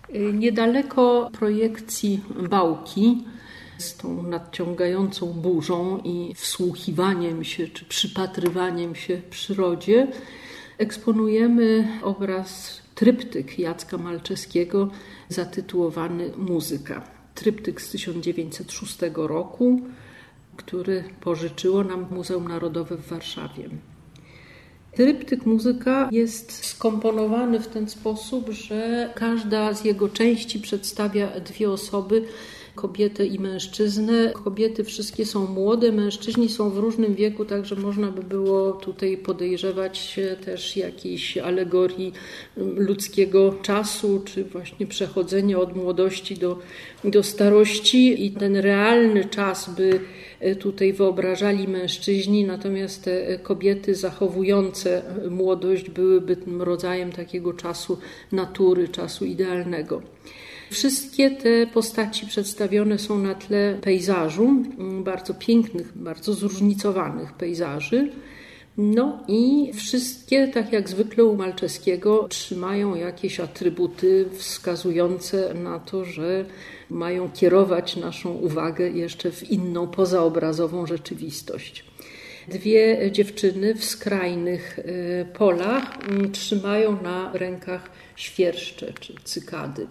Niedaleko projekcji Bałki, z tą nadciągającą burzą i wsłuchiwaniem się czy przypatrywaniem się przyrodzie, eksponujemy obraz tryptyk Jacka Malczewskiego zatytułowany Muzyka. Tryptyk z 1906 roku, który pożyczyło nam Muzeum Narodowe w Warszawie. Tryptyk Muzyka jest skomponowany w ten sposób, że każda z jego części przedstawia dwie osoby, kobietę i mężczyznę. Kobiety wszystkie są młode, mężczyźni są w różnym wieku, także można by było tutaj podejrzewać też jakiejś alegorii ludzkiego czasu, czy właśnie przechodzenia od młodości do starości. I ten realny czas by tutaj wyobrażali mężczyźni, natomiast te kobiety zachowujące młodość byłyby tym rodzajem takiego czasu natury, czasu idealnego. Wszystkie te postaci przedstawione są na tle pejzażu, bardzo pięknych, bardzo zróżnicowanych pejzaży. No i wszystkie, tak jak zwykle u Malczewskiego, trzymają jakieś atrybuty wskazujące na to, że mają kierować naszą uwagę jeszcze w inną, pozaobrazową rzeczywistość. Dwie dziewczyny w skrajnych polach trzymają na rękach świerszcze czy cykady.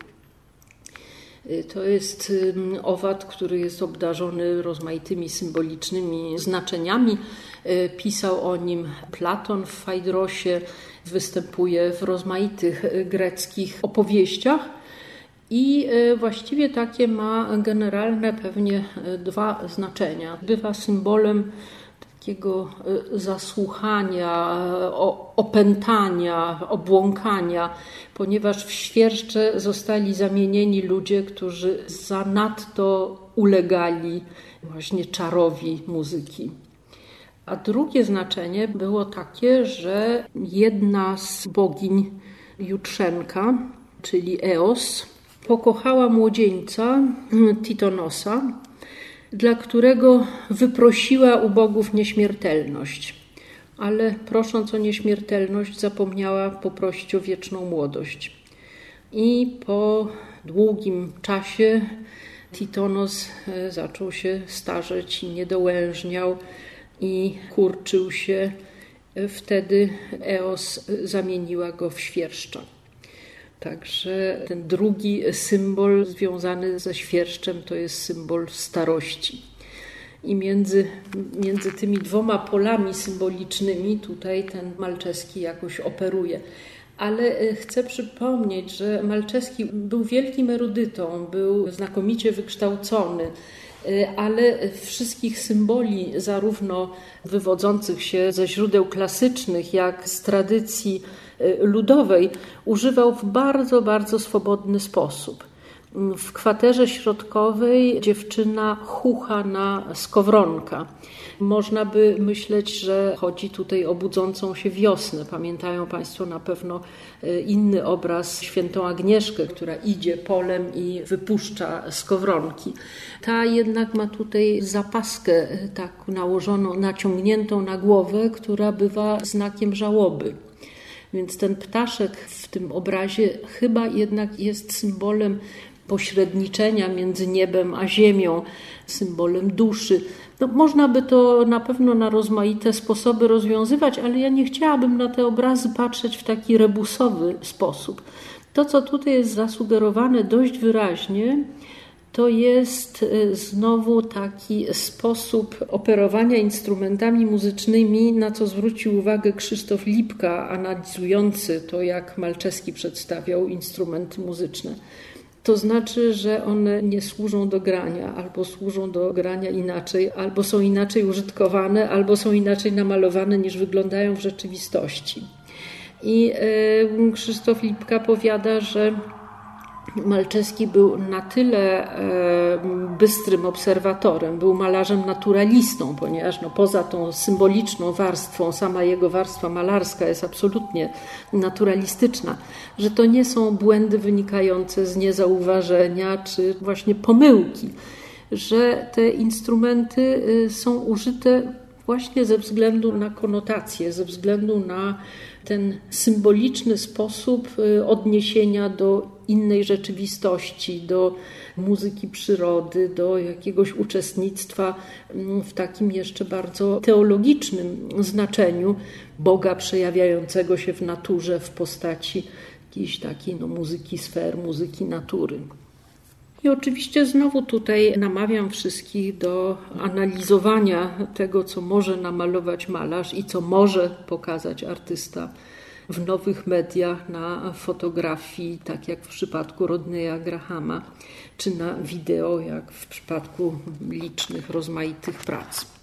To jest owad, który jest obdarzony rozmaitymi symbolicznymi znaczeniami. Pisał o nim Platon w Fajdrosie, występuje w rozmaitych greckich opowieściach i właściwie takie ma generalne pewnie dwa znaczenia. Bywa symbolem takiego zasłuchania, opętania, obłąkania, ponieważ w świerszcze zostali zamienieni ludzie, którzy zanadto ulegali właśnie czarowi muzyki. A drugie znaczenie było takie, że jedna z bogiń Jutrzenka, czyli Eos, pokochała młodzieńca Titonosa, dla którego wyprosiła u bogów nieśmiertelność, ale prosząc o nieśmiertelność zapomniała poprosić o wieczną młodość. I po długim czasie Titonos zaczął się starzeć i niedołężniał i kurczył się. Wtedy Eos zamieniła go w świerszcza. Także ten drugi symbol związany ze świerszczem to jest symbol starości. I między tymi dwoma polami symbolicznymi tutaj ten Malczewski jakoś operuje. Ale chcę przypomnieć, że Malczewski był wielkim erudytą, był znakomicie wykształcony, ale wszystkich symboli, zarówno wywodzących się ze źródeł klasycznych, jak z tradycji ludowej, używał w bardzo, bardzo swobodny sposób. W kwaterze środkowej dziewczyna chucha na skowronka. Można by myśleć, że chodzi tutaj o budzącą się wiosnę. Pamiętają Państwo na pewno inny obraz, świętą Agnieszkę, która idzie polem i wypuszcza skowronki. Ta jednak ma tutaj zapaskę tak nałożoną, naciągniętą na głowę, która bywa znakiem żałoby. Więc ten ptaszek w tym obrazie chyba jednak jest symbolem pośredniczenia między niebem a ziemią, symbolem duszy. No, można by to na pewno na rozmaite sposoby rozwiązywać, ale ja nie chciałabym na te obrazy patrzeć w taki rebusowy sposób. To, co tutaj jest zasugerowane dość wyraźnie, to jest znowu taki sposób operowania instrumentami muzycznymi, na co zwrócił uwagę Krzysztof Lipka, analizujący to, jak Malczewski przedstawiał instrumenty muzyczne. To znaczy, że one nie służą do grania, albo służą do grania inaczej, albo są inaczej użytkowane, albo są inaczej namalowane, niż wyglądają w rzeczywistości. I Krzysztof Lipka powiada, że Malczewski był na tyle bystrym obserwatorem, był malarzem naturalistą, ponieważ poza tą symboliczną warstwą, sama jego warstwa malarska jest absolutnie naturalistyczna, że to nie są błędy wynikające z niezauważenia czy właśnie pomyłki, że te instrumenty są użyte właśnie ze względu na konotację, ze względu na ten symboliczny sposób odniesienia do innej rzeczywistości, do muzyki przyrody, do jakiegoś uczestnictwa w takim jeszcze bardzo teologicznym znaczeniu Boga przejawiającego się w naturze w postaci jakiejś takiej muzyki sfer, muzyki natury. I oczywiście znowu tutaj namawiam wszystkich do analizowania tego, co może namalować malarz i co może pokazać artysta w nowych mediach, na fotografii, tak jak w przypadku Rodneya Grahama, czy na wideo, jak w przypadku licznych, rozmaitych prac.